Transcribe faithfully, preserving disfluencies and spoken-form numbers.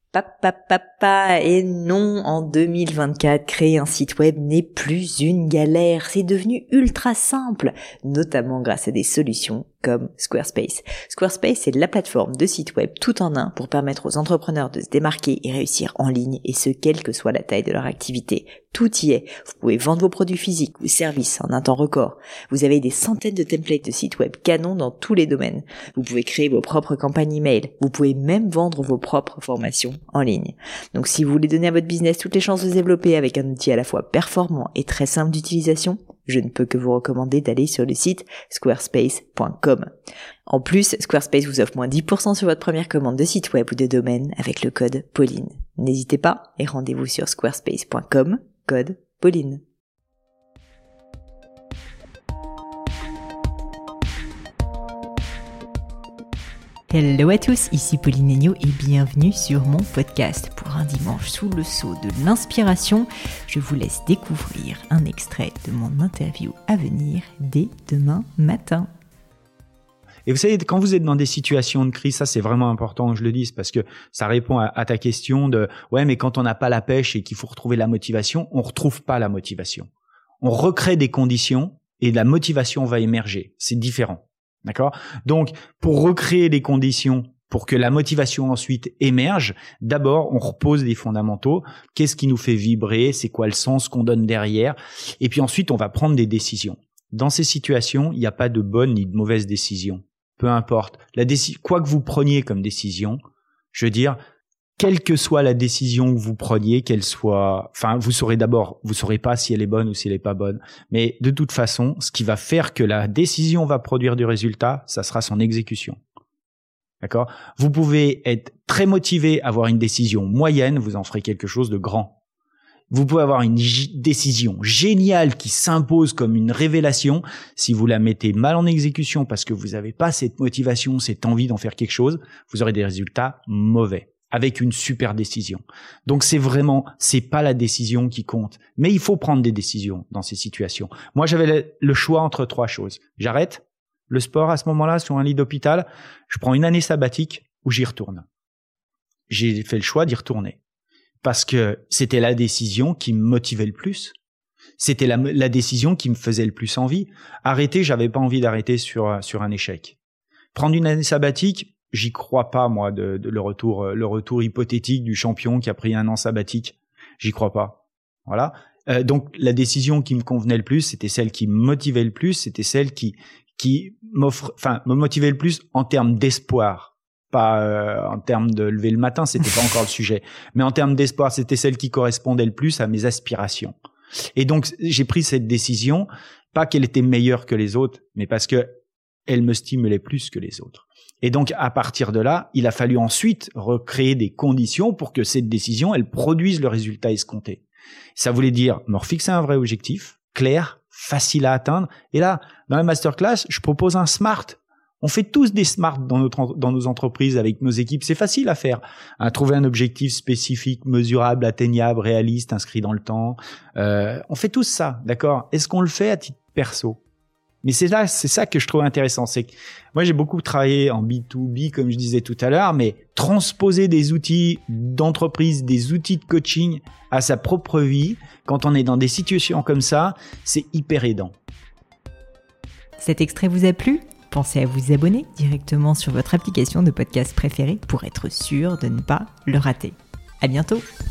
Papa, papa, et non, en deux mille vingt-quatre, créer un site web n'est plus une galère, c'est devenu ultra simple, notamment grâce à des solutions comme Squarespace. Squarespace, c'est la plateforme de site web tout en un pour permettre aux entrepreneurs de se démarquer et réussir en ligne, et ce, quelle que soit la taille de leur activité. Tout y est. Vous pouvez vendre vos produits physiques ou services en un temps record. Vous avez des centaines de templates de sites web canons dans tous les domaines. Vous pouvez créer vos propres campagnes email. Vous pouvez même vendre vos propres formations en ligne. Donc si vous voulez donner à votre business toutes les chances de se développer avec un outil à la fois performant et très simple d'utilisation, je ne peux que vous recommander d'aller sur le site squarespace point com. En plus, Squarespace vous offre moins dix pour cent sur votre première commande de site web ou de domaine avec le code Pauline. N'hésitez pas et rendez-vous sur squarespace point com, code Pauline. Hello à tous, ici Pauline Agneau et bienvenue sur mon podcast. Pour un dimanche sous le sceau de l'inspiration, je vous laisse découvrir un extrait de mon interview à venir dès demain matin. Et vous savez, quand vous êtes dans des situations de crise, ça c'est vraiment important que je le dise parce que ça répond à, à ta question de « ouais, mais quand on n'a pas la pêche et qu'il faut retrouver la motivation, on retrouve pas la motivation. On recrée des conditions et la motivation va émerger. C'est différent. » D'accord ? Donc, pour recréer des conditions pour que la motivation ensuite émerge, d'abord, on repose des fondamentaux. Qu'est-ce qui nous fait vibrer ? C'est quoi le sens qu'on donne derrière ? Et puis ensuite, on va prendre des décisions. Dans ces situations, il n'y a pas de bonne ni de mauvaise décision. Peu importe. La déci- quoi que vous preniez comme décision, je veux dire, quelle que soit la décision que vous preniez, qu'elle soit, enfin, vous saurez d'abord, vous saurez pas si elle est bonne ou si elle est pas bonne. Mais de toute façon, ce qui va faire que la décision va produire du résultat, ça sera son exécution. D'accord ? Vous pouvez être très motivé, avoir une décision moyenne, vous en ferez quelque chose de grand. Vous pouvez avoir une g- décision géniale qui s'impose comme une révélation. Si vous la mettez mal en exécution parce que vous n'avez pas cette motivation, cette envie d'en faire quelque chose, vous aurez des résultats mauvais. Avec une super décision. Donc c'est vraiment, c'est pas la décision qui compte. Mais il faut prendre des décisions dans ces situations. Moi, j'avais le, le choix entre trois choses. J'arrête le sport à ce moment-là sur un lit d'hôpital. Je prends une année sabbatique ou j'y retourne. J'ai fait le choix d'y retourner. Parce que c'était la décision qui me motivait le plus. C'était la, la décision qui me faisait le plus envie. Arrêter, j'avais pas envie d'arrêter sur, sur un échec. Prendre une année sabbatique, j'y crois pas, moi, de, de le retour, le retour hypothétique du champion qui a pris un an sabbatique. J'y crois pas. Voilà. Euh, donc, la décision qui me convenait le plus, c'était celle qui me motivait le plus, c'était celle qui, qui m'offre, enfin, me motivait le plus en termes d'espoir. Pas euh, en termes de lever le matin, c'était pas encore le sujet. Mais en termes d'espoir, c'était celle qui correspondait le plus à mes aspirations. Et donc, j'ai pris cette décision, pas qu'elle était meilleure que les autres, mais parce que elle me stimulait plus que les autres. Et donc, à partir de là, il a fallu ensuite recréer des conditions pour que cette décision, elle produise le résultat escompté. Ça voulait dire me refixer un vrai objectif, clair, facile à atteindre. Et là, dans la masterclass, je propose un SMART. On fait tous des SMART dans, notre, dans nos entreprises avec nos équipes. C'est facile à faire. À trouver un objectif spécifique, mesurable, atteignable, réaliste, inscrit dans le temps. Euh, on fait tous ça, d'accord ? Est-ce qu'on le fait à titre perso ? Mais c'est là, c'est ça que je trouve intéressant. C'est que moi, j'ai beaucoup travaillé en B deux B, comme je disais tout à l'heure, mais transposer des outils d'entreprise, des outils de coaching à sa propre vie, quand on est dans des situations comme ça, c'est hyper aidant. Cet extrait vous a plu ? Pensez à vous abonner directement sur votre application de podcast préférée pour être sûr de ne pas le rater. À bientôt!